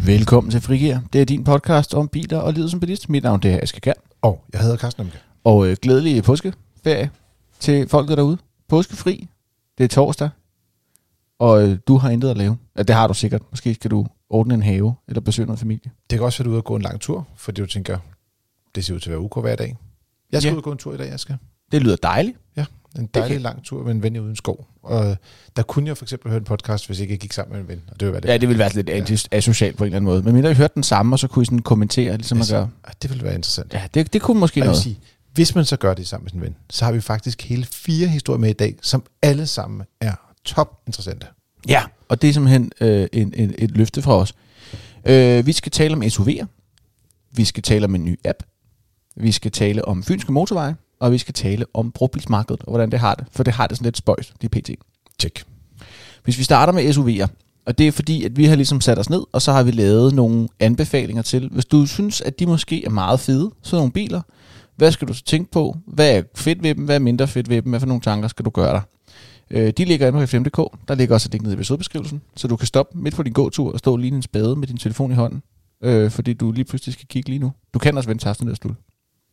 Velkommen til Frigir. Det er din podcast om biler og livet som bilist. Mit navn det er Aske Kjær. Og jeg hedder Carsten Omke. Og glædelig påskeferie til folket derude. Påskefri. Det er torsdag. Og du har intet at lave. Ja, det har du sikkert. Måske skal du ordne en have eller besøge noget familie. Det kan også være, du er ude og gå en lang tur, fordi du tænker, det ser ud til at være UK hver dag. Jeg skal ud og gå en tur i dag, Aske. Det lyder dejligt. Ja, en dejlig lang tur med en ven uden skov. Og der kunne jeg for eksempel høre en podcast, hvis ikke jeg gik sammen med en ven. Og det ville være det. Ja, det ville være lidt asocialt på en eller anden måde. Men mindre I hørte den samme, og så kunne I sådan kommentere, ligesom man gør. Det ville være interessant. Ja, det kunne måske noget. Sige, hvis man så gør det sammen med sin ven, så har vi faktisk hele 4 historier med i dag, som alle sammen er top interessante. Ja, og det er simpelthen et løfte fra os. Vi skal tale om SUV'er. Vi skal tale om en ny app. Vi skal tale om Fynske Motorveje. Og vi skal tale om brugtbilsmarkedet, og hvordan det har det. For det har det sådan lidt spøjs, de pt. Check. Hvis vi starter med SUV'er, og det er fordi, at vi har ligesom sat os ned, og så har vi lavet nogle anbefalinger til. Hvis du synes, at de måske er meget fede, sådan nogle biler, hvad skal du så tænke på? Hvad er fedt ved dem? Hvad er mindre fedt ved dem? Hvad for nogle tanker skal du gøre dig? De ligger inde på f5.dk. Der ligger også et link nede i episodebeskrivelsen, så du kan stoppe midt på din gåtur og stå lige en spade med din telefon i hånden, fordi du lige pludselig skal kigge lige nu. Du kan også vende tasten ned og slutte.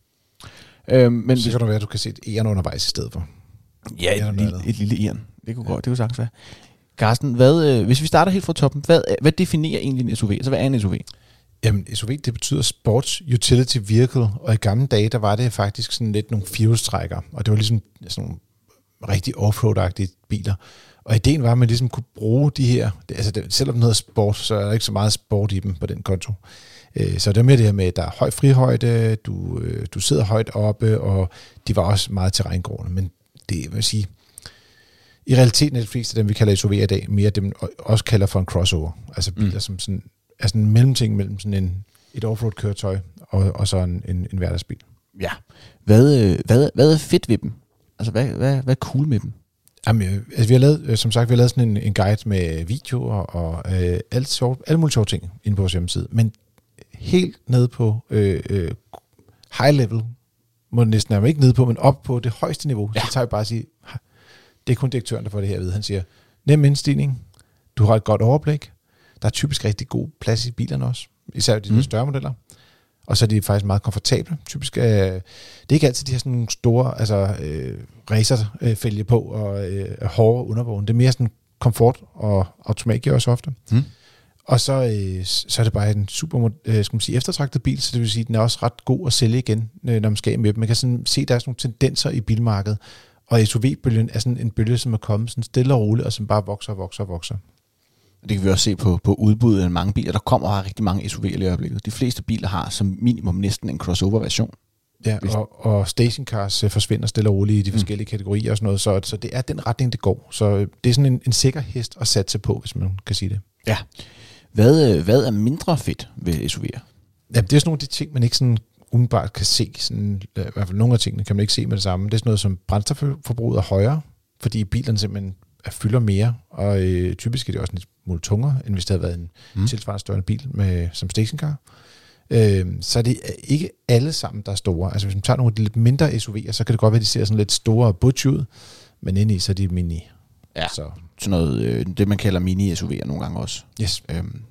Men så kan det være, at du kan se et æren undervejs i stedet for. Ja, et lille æren. Det kunne godt, det kunne sagtens være. Carsten, hvis vi starter helt fra toppen, hvad definerer egentlig en SUV? Altså, hvad er en SUV? Jamen, SUV, det betyder Sports Utility Vehicle, og i gamle dage, der var det faktisk sådan lidt nogle firehjulstrækker, og det var ligesom sådan nogle rigtig offroad-agtige biler. Og ideen var, at man ligesom kunne bruge de her, selvom den hedder sport, så er der ikke så meget sport i dem på den konto. Så det er med det her med, at der er høj frihøjde, du sidder højt oppe, og de var også meget terrængående. Men det vil sige, i realiteten er de fleste af dem, vi kalder SUV i dag, mere dem, også kalder for en crossover. Altså biler, som sådan, er sådan en mellemting mellem sådan et offroad-køretøj og så en hverdagsbil. Ja. Hvad er fedt ved dem? Altså, hvad er cool med dem? Jamen, altså, vi har lavet sådan en guide med videoer og alle mulige sjove ting inde på vores hjemmeside. Men helt nede på high level, må det næsten være ikke nede på, men op på det højeste niveau, så tager vi bare at sige, det er kun direktøren, der får det her at vide. Han siger, nem indstigning, du har et godt overblik, der er typisk rigtig god plads i bilerne også, især de større modeller, og så er de faktisk meget komfortable. Typisk, det er ikke altid de har sådan nogle store racerfælge på og hårde undervågen. Det er mere sådan komfort og automatgear også ofte. Og så er det bare en super eftertragtet bil, så det vil sige, at den er også ret god at sælge igen, når man skal med dem. Man kan sådan se, at der er sådan nogle tendenser i bilmarkedet, og SUV-bølgen er sådan en bølge, som er kommet sådan stille og roligt, og som bare vokser. Det kan vi også se på udbuddet af mange biler. Der kommer og har rigtig mange SUV'er i øjeblikket. De fleste biler har som minimum næsten en crossover-version. Ja, og stationcars forsvinder stille og roligt i de forskellige kategorier og sådan noget, så det er den retning, det går. Så det er sådan en sikker hest at satse på, hvis man kan sige det. Ja. Hvad er mindre fedt ved SUV'er? Ja, det er sådan nogle af de ting, man ikke sådan umiddelbart kan se. Sådan, i hvert fald nogle af tingene kan man ikke se med det samme. Det er sådan noget som brændstofforbruget er højere, fordi bilerne simpelthen fylder mere, og typisk er det også lidt smule tungere, end hvis det havde været en tilsvarende større bil som stationcar. Så er det ikke alle sammen, der er store. Altså hvis man tager nogle af de lidt mindre SUV'er, så kan det godt være, at de ser sådan lidt store butch ud, men inde i så er de mini. Ja, så sådan noget, det man kalder mini-SUV'er nogle gange også. Yes.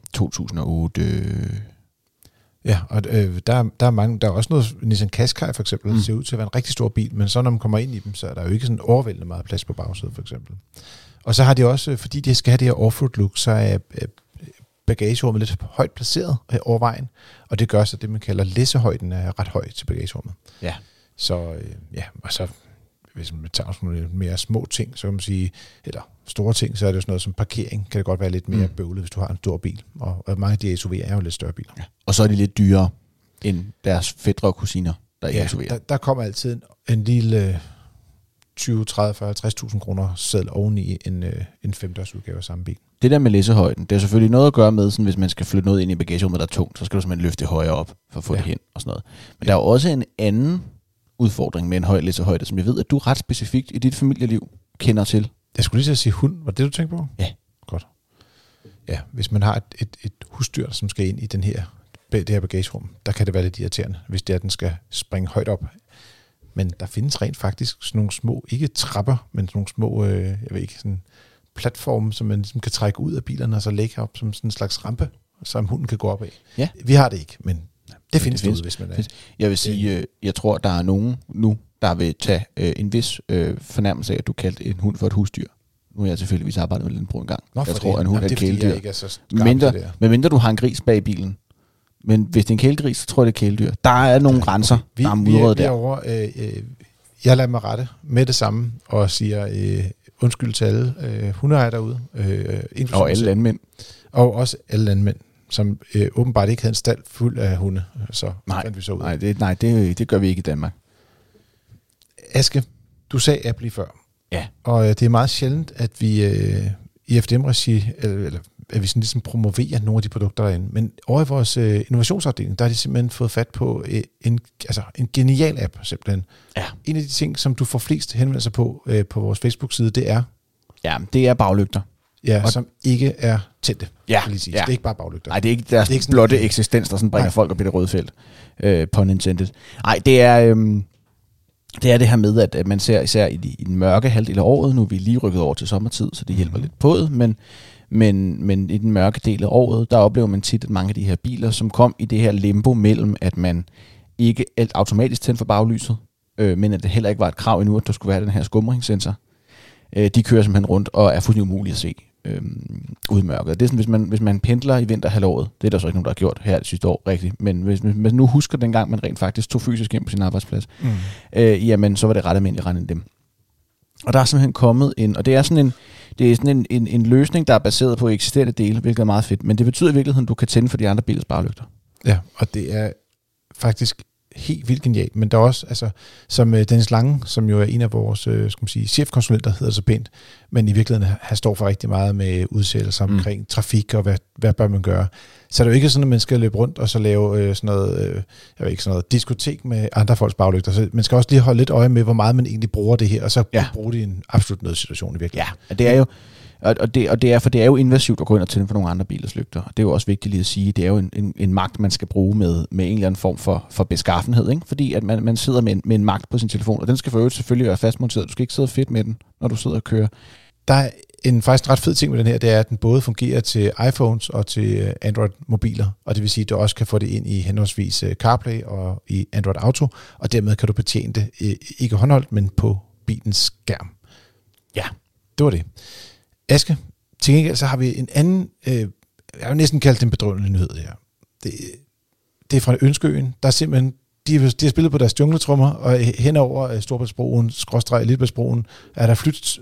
2008... Ja, og der er mange, der er også noget Nissan Qashqai for eksempel, der ser ud til at være en rigtig stor bil, men så når man kommer ind i dem, så er der jo ikke sådan overvældende meget plads på bagsædet for eksempel. Og så har de også, fordi de skal have det her offroad look, så er bagagerummet lidt højt placeret over vejen, og det gør så det, man kalder læssehøjden er ret høj til bagagerummet. Ja. Så og så hvis man tager sådan nogle mere små ting, så kan man sige, eller store ting, så er det jo sådan noget som parkering, kan det godt være lidt mere bøvlet, hvis du har en stor bil. Og mange af de SUV'er er jo lidt større biler. Ja. Og så er de lidt dyrere end deres fædre og kusiner, der er SUV'er. Der kommer altid en lille 20, 30, 40, 50.000 kroner selv oveni en 5-dørs udgave af samme bil. Det der med læssehøjden, det er selvfølgelig noget at gøre med, sådan, hvis man skal flytte noget ind i bagagerummet, der er tungt, så skal du simpelthen løfte det højere op for at få det hen og sådan noget. Men der er også en anden udfordring med en høj læssehøjde, som jeg ved, at du ret specifikt i dit familieliv kender til. Jeg skulle lige til at sige hund. Var det, du tænkte på? Ja. Godt. Ja, hvis man har et husdyr, som skal ind i det her bagagerum, der kan det være lidt irriterende, hvis det er, at den skal springe højt op. Men der findes rent faktisk sådan nogle små, ikke trapper, men sådan nogle små, jeg ved ikke, sådan platforme, som man ligesom kan trække ud af bilerne og så lægge op som sådan en slags rampe. som hunden kan gå op af. Ja. Vi har det ikke, men det findes derude, hvis man er. Jeg vil sige, jeg tror, der er nogen nu, der vil tage en vis fornærmelse af, at du kaldte en hund for et husdyr. Nu har jeg tilfældigvis arbejdet med Lindbro en gang. Jeg tror, at en hund er et kæledyr. Medmindre du har en gris bag bilen. Men hvis det er en kælegris, så tror jeg, det er kæledyr. Der er nogle grænser, der er mudret der. Jeg lader mig rette med det samme, og siger undskyld til alle hundeejere derude. Og alle landmænd. Og også alle landmænd, som åbenbart ikke havde en stald fuld af hunde. Så fandt vi så ud. Det gør vi ikke i Danmark. Aske, du sagde Apple lige før. Ja. Og det er meget sjældent, at vi i FDM-regi, eller at vi sådan ligesom promoverer nogle af de produkter derinde. Men over i vores innovationsafdeling, der har de simpelthen fået fat på en genial app, simpelthen. Ja. En af de ting, som du får flest henvendelser på vores Facebook-side, det er... Ja, det er baglygter. Ja, som ikke er tændte. Ja, ja. Det er ikke bare baglygter. Nej, det er ikke deres ikke blotte eksistens, der sådan bringer folk op i det røde felt. Pun intended. Nej, det er... Det er det her med, at man ser især i den mørke halvdel af året, nu er vi lige rykket over til sommertid, så det hjælper lidt på det, men i den mørke del af året, der oplever man tit, at mange af de her biler, som kom i det her limbo mellem, at man ikke automatisk tændte for baglyset, men at det heller ikke var et krav endnu, at der skulle være den her skumringssensor, de kører simpelthen rundt og er fuldstændig umulige at se ude i mørket. Det er sådan, hvis man pendler i vinterhalvåret, det er der så ikke nogen, der har gjort her det sidste år rigtigt, men hvis man nu husker dengang, man rent faktisk tog fysisk hjem på sin arbejdsplads, jamen så var det ret almindeligt at regne dem. Og der er simpelthen kommet og det er sådan en løsning, der er baseret på eksisterende dele, hvilket er meget fedt, men det betyder i virkeligheden, at du kan tænde for de andre bilers baglygter. Ja, og det er faktisk helt vildt genialt, men der er også, som Dennis Lange, som jo er en af vores chefkonsulenter, hedder så pænt, men i virkeligheden han står for rigtig meget med udsættelser omkring trafik og hvad bør man gøre. Så er det jo ikke sådan, at man skal løbe rundt og så lave sådan noget diskotek med andre folks baglygter. Så man skal også lige holde lidt øje med, hvor meget man egentlig bruger det her, og så bruge det i en absolut nødsituation i virkeligheden. Ja, det er jo det er jo invasivt at gå ind og tænde for nogle andre bilers lygter. Det er jo også vigtigt lige at sige, det er jo en magt, man skal bruge med en eller anden form for beskaffenhed, ikke? Fordi at man sidder med en magt på sin telefon, og den skal for øvrigt selvfølgelig være fastmonteret. Du skal ikke sidde fedt med den, når du sidder og kører. Der er faktisk ret fed ting med den her, det er, at den både fungerer til iPhones og til Android-mobiler, og det vil sige, at du også kan få det ind i henholdsvis CarPlay og i Android Auto, og dermed kan du betjene det ikke håndholdt, men på bilens skærm. Ja. Det var det. Aske, til gengæld så har vi en anden, jeg har næsten kaldt den bedrøvende nyhed her. Det er fra Ønskeøen. Der er simpelthen, de har spillet på deres jungletrummer, og henover Storebæltsbroen, Lillebæltsbroen, er der flyttet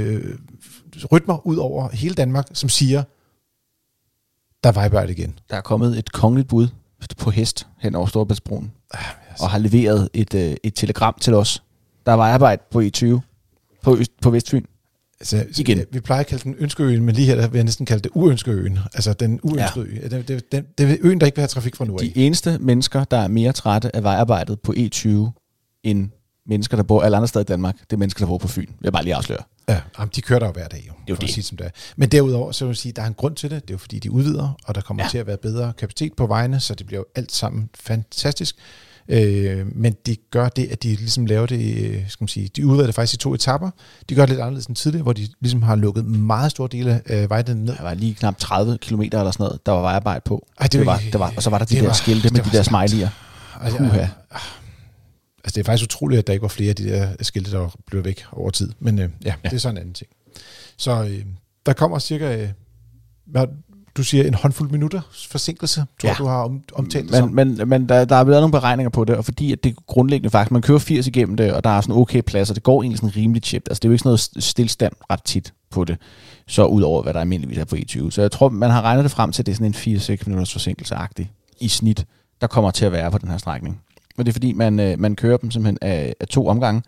rytmer ud over hele Danmark, som siger, der er vejarbejde igen. Der er kommet et kongeligt bud på hest hen over Storebæltsbroen, og har leveret et telegram til os. Der er vejarbejde på E20 på Vestfyn. Altså, igen. Vi plejer at kalde den Ønskeøen, men lige her der vil jeg næsten kalde det Uønskeøen. Altså den uønskede ø. Det er øen, der ikke vil have trafik fra nu af. De eneste mennesker, der er mere trætte af vejarbejdet på E20, end mennesker, der bor alle andre steder i Danmark, det er mennesker, der bor på Fyn. Jeg vil bare lige afsløre. Ja, de kører der jo hver dag. Jo, det er jo det. Sige, som det er. Men derudover, så vil jeg sige, der er en grund til det. Det er jo fordi, de udvider, og der kommer til at være bedre kapacitet på vejene, så det bliver jo alt sammen fantastisk. Men de gør det, at de ligesom laver det, skal man sige, de udvider det faktisk i 2 etaper. De gør det lidt anderledes end tidligere, hvor de ligesom har lukket meget store dele af vejen ned. Der var lige knap 30 kilometer eller sådan noget, der var vejarbejde på. Og så var der de der skilte med de der smiley'er. Altså det er faktisk utroligt, at der ikke var flere af de der skilte, der blev væk over tid. Men det er sådan en anden ting. Så der kommer cirka, du siger en håndfuld minutter forsinkelse, tror du har omtalt det men der er været nogle beregninger på det, og fordi at det grundlæggende faktisk, man kører 80 igennem det, og der er sådan okay plads, og det går egentlig sådan rimelig chipt. Altså det er jo ikke sådan noget stillstand ret tit på det, så ud over hvad der almindeligvis er på E20. Så jeg tror, man har regnet det frem til, at det er sådan en 4-6 minutters forsinkelse-agtig i snit, der kommer til at være på den her strækning. Og det er fordi, man kører dem simpelthen af 2 omgange.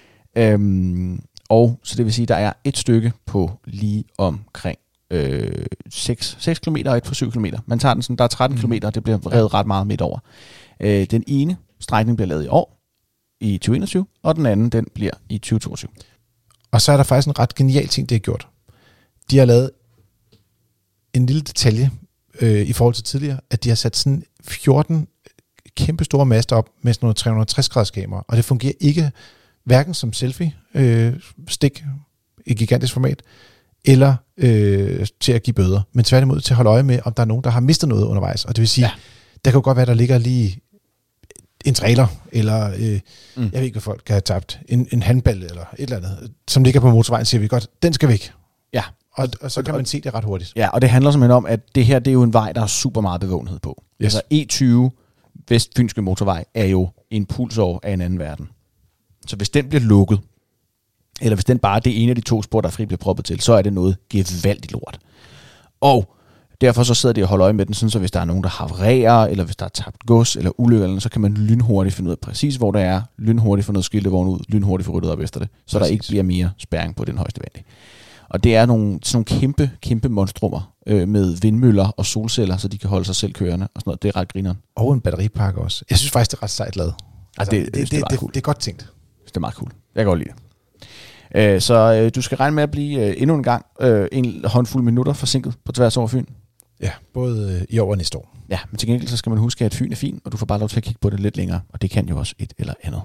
Og så det vil sige, at der er et stykke på lige omkring 6 km og et på 7 km. Man tager den sådan, der er 13 km, og det bliver revet ret meget midt over. Den ene strækning bliver lavet i år, i 2021, og den anden, den bliver i 2022. Og så er der faktisk en ret genial ting, de har gjort. De har lavet en lille detalje i forhold til tidligere, at de har sat sådan 14 kæmpe store master op med sådan noget 360 graders kamera, og det fungerer ikke hverken som selfie-stik i gigantisk format, eller til at give bøder, men tværtimod til at holde øje med, om der er nogen, der har mistet noget undervejs. Og det vil sige, der kan jo godt være, der ligger lige en trailer, eller jeg ved ikke, hvad folk kan have tabt, en handball eller et eller andet, som ligger på motorvejen, siger vi godt, den skal væk. Ja. Og så kan man se det ret hurtigt. Ja, og det handler simpelthen om, at det her, det er jo en vej, der er super meget bevågenhed på. Yes. Altså E20, Vestfynske Motorvej, er jo en pulsår af en anden verden. Så hvis den bliver lukket, eller hvis den bare det ene af de to spor, der fri bliver proppet til, så er det noget gevaldigt lort. Og derfor så sidder de og holder øje med den, sådan så hvis der er nogen, der havererer, eller hvis der er tabt gods eller ulykker, så kan man lynhurtigt finde ud af præcis, hvor der er, lynhurtigt få noget skiltevogn ud, lynhurtigt få ryddet op efter det, så der ikke bliver mere spærring på den højeste vand. Og det er sådan nogle kæmpe monstrummer med vindmøller og solceller, så de kan holde sig selv kørende og sådan noget. Det er ret grineren. Og en batteripakke også. Jeg synes faktisk, det er ret sejt lavet. Altså, det er godt tænkt. Det er meget cool. Jeg kan godt lide det. Så du skal regne med at blive endnu en gang en håndfuld minutter forsinket på tværs over Fyn. Ja, både i år og næste år. Ja, men til gengæld så skal man huske, at Fyn er fin, og du får bare lov til at kigge på det lidt længere, og det kan jo også et eller andet.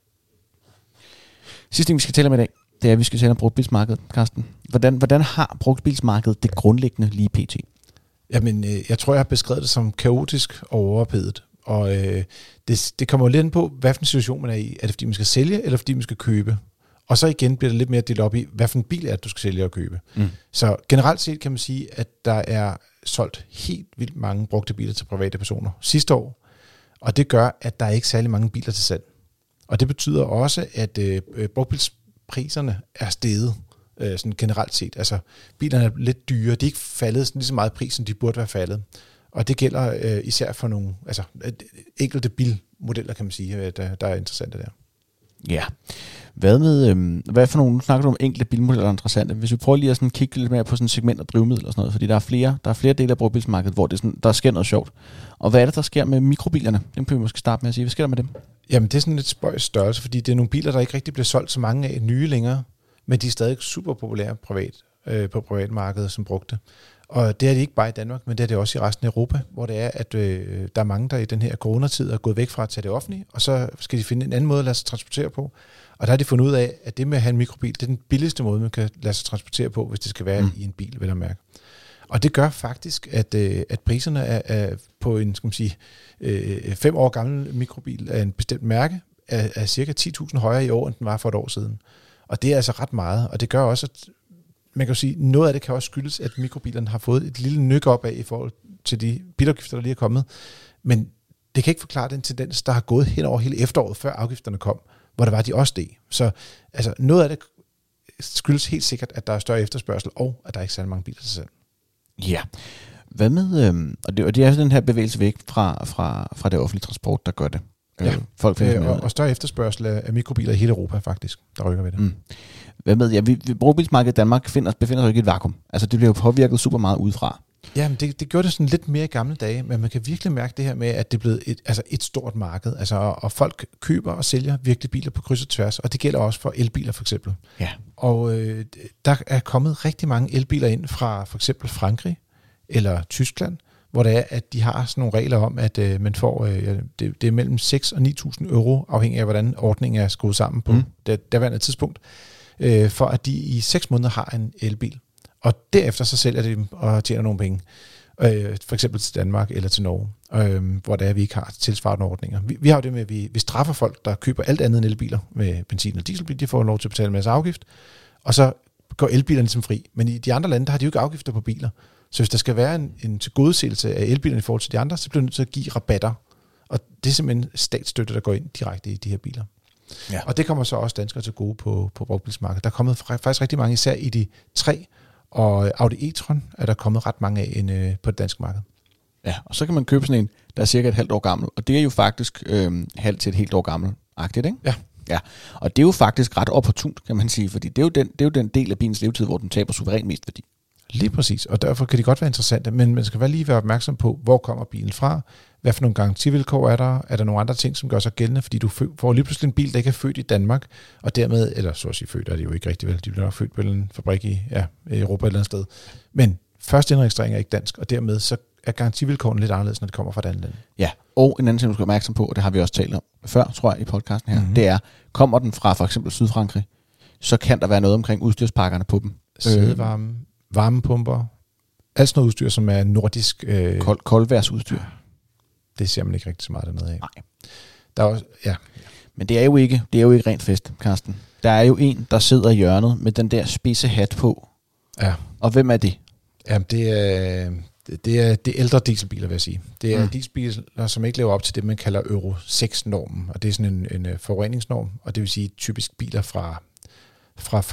Sidste ting, vi skal tale om i dag, det er, at vi skal tale om brugtbilsmarkedet, Carsten. Hvordan har brugtbilsmarkedet det grundlæggende lige pt? Jamen, jeg tror, jeg har beskrevet det som kaotisk og overophedet. Og det kommer jo lidt ind på, hvad for en situation man er i. Er det fordi, man skal sælge, eller fordi man skal købe? Og så igen bliver det lidt mere delt op i, hvad for en bil er det, du skal sælge og købe. Så generelt set kan man sige, at der er solgt helt vildt mange brugte biler til private personer sidste år. Og det gør, at der er ikke særlig mange biler til salg. Og det betyder også, at brugtbilspriserne er steget sådan generelt set. Altså bilerne er lidt dyre. De er ikke faldet sådan lige så meget pris, som de burde være faldet. Og det gælder især for nogle enkelte bilmodeller, kan man sige, der er interessante der. Ja. Hvad for nogle, nu snakker du om enkelte bilmodeller, der er interessante. Hvis vi prøver lige at sådan kigge lidt mere på sådan segment af drivmidler og sådan noget, fordi der er flere dele af brugtbilsmarkedet, hvor det sådan, der sker noget sjovt. Og hvad er det, der sker med mikrobilerne? Dem kan vi måske starte med at sige. Hvad sker der med dem? Jamen, det er sådan lidt spøjs størrelse, fordi det er nogle biler, der ikke rigtig bliver solgt så mange af nye længere, men de er stadig super populære på privatmarkedet som brugte. Og det er det ikke bare i Danmark, men det er det også i resten af Europa, hvor det er, at der er mange, der i den her coronatid er gået væk fra at tage det offentlige, og så skal de finde en anden måde at lade sig transportere på. Og der har de fundet ud af, at det med at have en mikrobil, det er den billigste måde, man kan lade sig transportere på, hvis det skal være i en bil, vel at mærke. Og det gør faktisk, at priserne er på en, skal man sige, 5 år gammel mikrobil af en bestemt mærke, er cirka 10.000 højere i år, end den var for et år siden. Og det er altså ret meget, og det gør også, at man kan jo sige, noget af det kan også skyldes, at mikrobilerne har fået et lille nyk op af i forhold til de bilafgifter, der lige er kommet. Men det kan ikke forklare den tendens, der har gået hen over hele efteråret, før afgifterne kom, hvor det var, de også steg. Så altså, noget af det skyldes helt sikkert, at der er større efterspørgsel, og at der er ikke særlig mange biler til selv. Ja. Hvad med, og det er den her bevægelse væk fra det offentlige transport, der gør det. Ja, og større efterspørgsel af mikrobiler i hele Europa faktisk, der rykker ved det. Hvad med, ja, brugtbilsmarkedet i Danmark befinder sig ikke i et vakuum. Altså det bliver jo påvirket super meget udefra. Ja, men det gjorde det sådan lidt mere i gamle dage, men man kan virkelig mærke det her med, at det er blevet et stort marked. Altså, og folk køber og sælger virkelig biler på kryds og tværs, og det gælder også for elbiler for eksempel. Ja. Og der er kommet rigtig mange elbiler ind fra for eksempel Frankrig eller Tyskland, hvor det er, at de har sådan nogle regler om, at man får, det er mellem 6 og 9.000 euro, afhængig af, hvordan ordningen er skruet sammen på det daværende tidspunkt, for at de i 6 måneder har en elbil. Og derefter så sælger de dem og tjener nogle penge, for eksempel til Danmark eller til Norge, hvor det er, vi ikke har tilsvarende ordninger. Vi har jo det med, at vi straffer folk, der køber alt andet end elbiler med benzin- og dieselbil, de får lov til at betale en masse afgift, og så går elbilerne ligesom fri. Men i de andre lande, der har de jo ikke afgifter på biler. Så hvis der skal være en tilgodeseelse af elbilerne i forhold til de andre, så bliver det nødt til at give rabatter. Og det er simpelthen statsstøtte, der går ind direkte i de her biler. Ja. Og det kommer så også danskere til gode på brugtbilsmarkedet. Der er kommet faktisk rigtig mange, især i de 3 og Audi e-tron, er der kommet ret mange af på det danske marked. Ja, og så kan man købe sådan en, der er cirka et halvt år gammel. Og det er jo faktisk halvt til et helt år gammel-agtigt, ikke? Ja. Ja, og det er jo faktisk ret opportunt, kan man sige, fordi det er jo den del af bilens levetid, hvor den taber suverænt mest værdi. Lige præcis, og derfor kan de godt være interessante, men man skal lige være opmærksom på, hvor kommer bilen fra, hvad for nogle garantivilkår er der nogle andre ting, som gør sig gældende, fordi du får lige pludselig en bil, der ikke er født i Danmark, og dermed, eller så at sige født, er det jo ikke rigtig vel, de bliver nok født på en fabrik i Europa et eller andet sted, men første indregistrering er ikke dansk, og dermed så er garantivilkårene lidt anderledes, når det kommer fra et andet land. Ja, og en anden ting, du skal være opmærksom på, og det har vi også talt om før, tror jeg, i podcasten her, det er, kommer den fra for eksempel Sydfrankrig, så kan der være noget omkring udstyrspakkerne på dem. Sædevarme, varmepumper, alt sådan noget udstyr, som er nordisk. Koldværsudstyr. Det ser man ikke rigtig så meget dernede af. Nej. Der er også, ja. Men det er jo ikke rent fest, Carsten. Der er jo en, der sidder i hjørnet med den der spidse hat på. Ja. Og hvem er det? Jamen, det er ældre dieselbiler, vil jeg sige. Det er dieselbiler, som ikke lever op til det, man kalder Euro 6-normen. Og det er sådan en forureningsnorm, og det vil sige typisk biler fra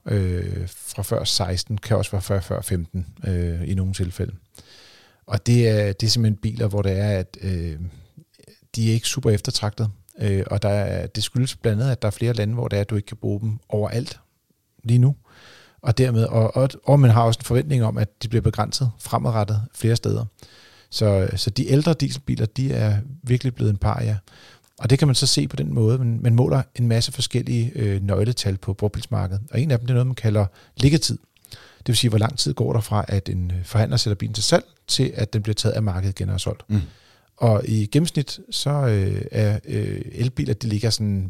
før 16, kan også være før 15 i nogle tilfælde. Og det er simpelthen biler, hvor det er, at de er ikke super eftertragtet. Og det skyldes blandt andet, at der er flere lande, hvor det er, at du ikke kan bruge dem overalt lige nu. Og dermed, og man har også en forventning om, at de bliver begrænset fremadrettet flere steder. Så de ældre dieselbiler, de er virkelig blevet en paria. Og det kan man så se på den måde. Man måler en masse forskellige nøgletal på brugtbilsmarkedet. Og en af dem, det er noget, man kalder liggetid. Det vil sige, hvor lang tid går der fra, at en forhandler sætter bilen til salg, til at den bliver taget af markedet igen og solgt. Mm. Og i gennemsnit, så er elbiler, de ligger sådan,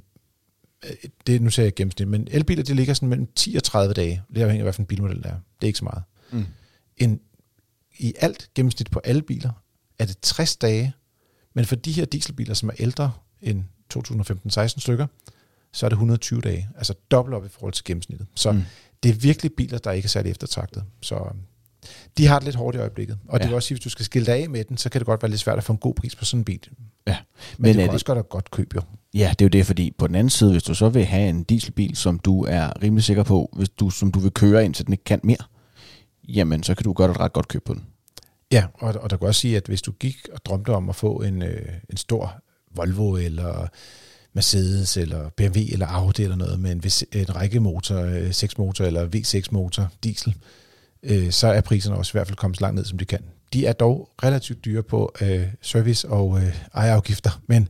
nu siger jeg gennemsnit, men elbiler, de ligger sådan mellem 10 og 30 dage. Det er afhængigt af, hvad for en bilmodel det er. Det er ikke så meget. Mm. I alt gennemsnit på alle biler, er det 60 dage, men for de her dieselbiler, som er ældre end 2015-16 stykker, så er det 120 dage. Altså dobbelt op i forhold til gennemsnittet. Så det er virkelig biler, der ikke er særlig eftertragtet. Så de har det lidt hårdt i øjeblikket. Og det vil også sige, hvis du skal skille dig af med den, så kan det godt være lidt svært at få en god pris på sådan en bil. Ja. Men det kan også godt købe jo. Ja, det er jo det, fordi på den anden side, hvis du så vil have en dieselbil, som du er rimelig sikker på, som du vil køre ind, så den ikke kan mere, jamen så kan du godt et ret godt købe på den. Ja, og der kan også sige, at hvis du gik og drømte om at få en stor Volvo eller Mercedes eller BMW eller Audi eller noget med en rækkemotor, 6-motor eller V6-motor diesel, så er priserne også i hvert fald kommet så langt ned, som de kan. De er dog relativt dyre på service og ejerafgifter, men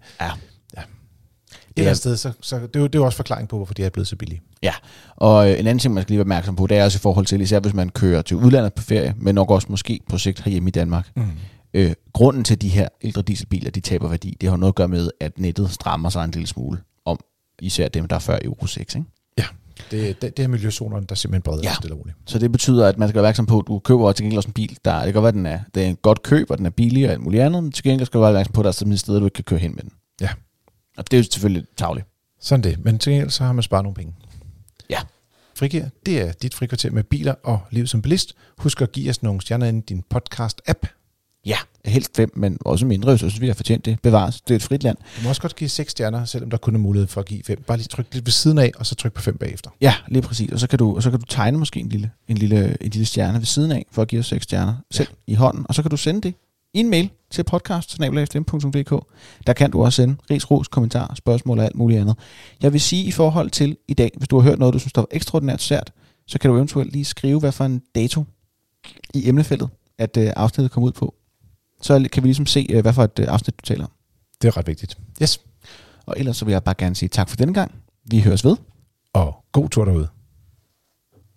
et eller andet sted, så det er jo også forklaring på, hvorfor de er blevet så billige. Ja, og en anden ting, man skal lige være opmærksom på, det er også i forhold til, især hvis man kører til udlandet på ferie, men nok også måske på sigt herhjemme i Danmark. Grunden til de her ældre dieselbiler, de taber værdi, det har noget at gøre med, at nettet strammer sig en lille smule om især dem, der er før Euro 6, ikke? Ja, det er miljøzonerne, der simpelthen breder stille og roligt. Så det betyder, at man skal være opmærksom på, at du køber til gengæld også en bil, der, det kan godt være, det er en godt køb, og den er billig og alt muligt andet, men til gengæld skal du være opmærksom på, at der er sådan steder, du ikke kan køre hen med den. Ja. Og det er jo selvfølgelig tarveligt. Sådan det, men til gengæld så har man sparet nogle penge. Ja. Frigir, det er dit frikvarter med biler og liv som bilist. Husk at give os nogle stjerner i din podcast-app. Ja, helst 5, men også mindre, så synes vi har fortjent det. Bevares, det er et frit land. Du må også godt give 6 stjerner, selvom der kun er mulighed for at give 5. Bare lige tryk lidt ved siden af, og så tryk på 5 bagefter. Ja, lige præcis. Og så kan du tegne måske en lille stjerne ved siden af, for at give os 6 stjerner selv i hånden. Og så kan du sende det i en mail til podcast@fm.dk. Der kan du også sende ris, ros, kommentarer, spørgsmål og alt muligt andet. Jeg vil sige i forhold til i dag, hvis du har hørt noget, du synes, der var ekstraordinært sært, så kan du eventuelt lige skrive, hvad for en dato i emnefeltet, at afsnittet kommer ud på. Så kan vi ligesom se, hvad for et afsnit du taler om. Det er ret vigtigt. Yes. Og ellers så vil jeg bare gerne sige tak for denne gang. Vi høres ved. Og god tur derude.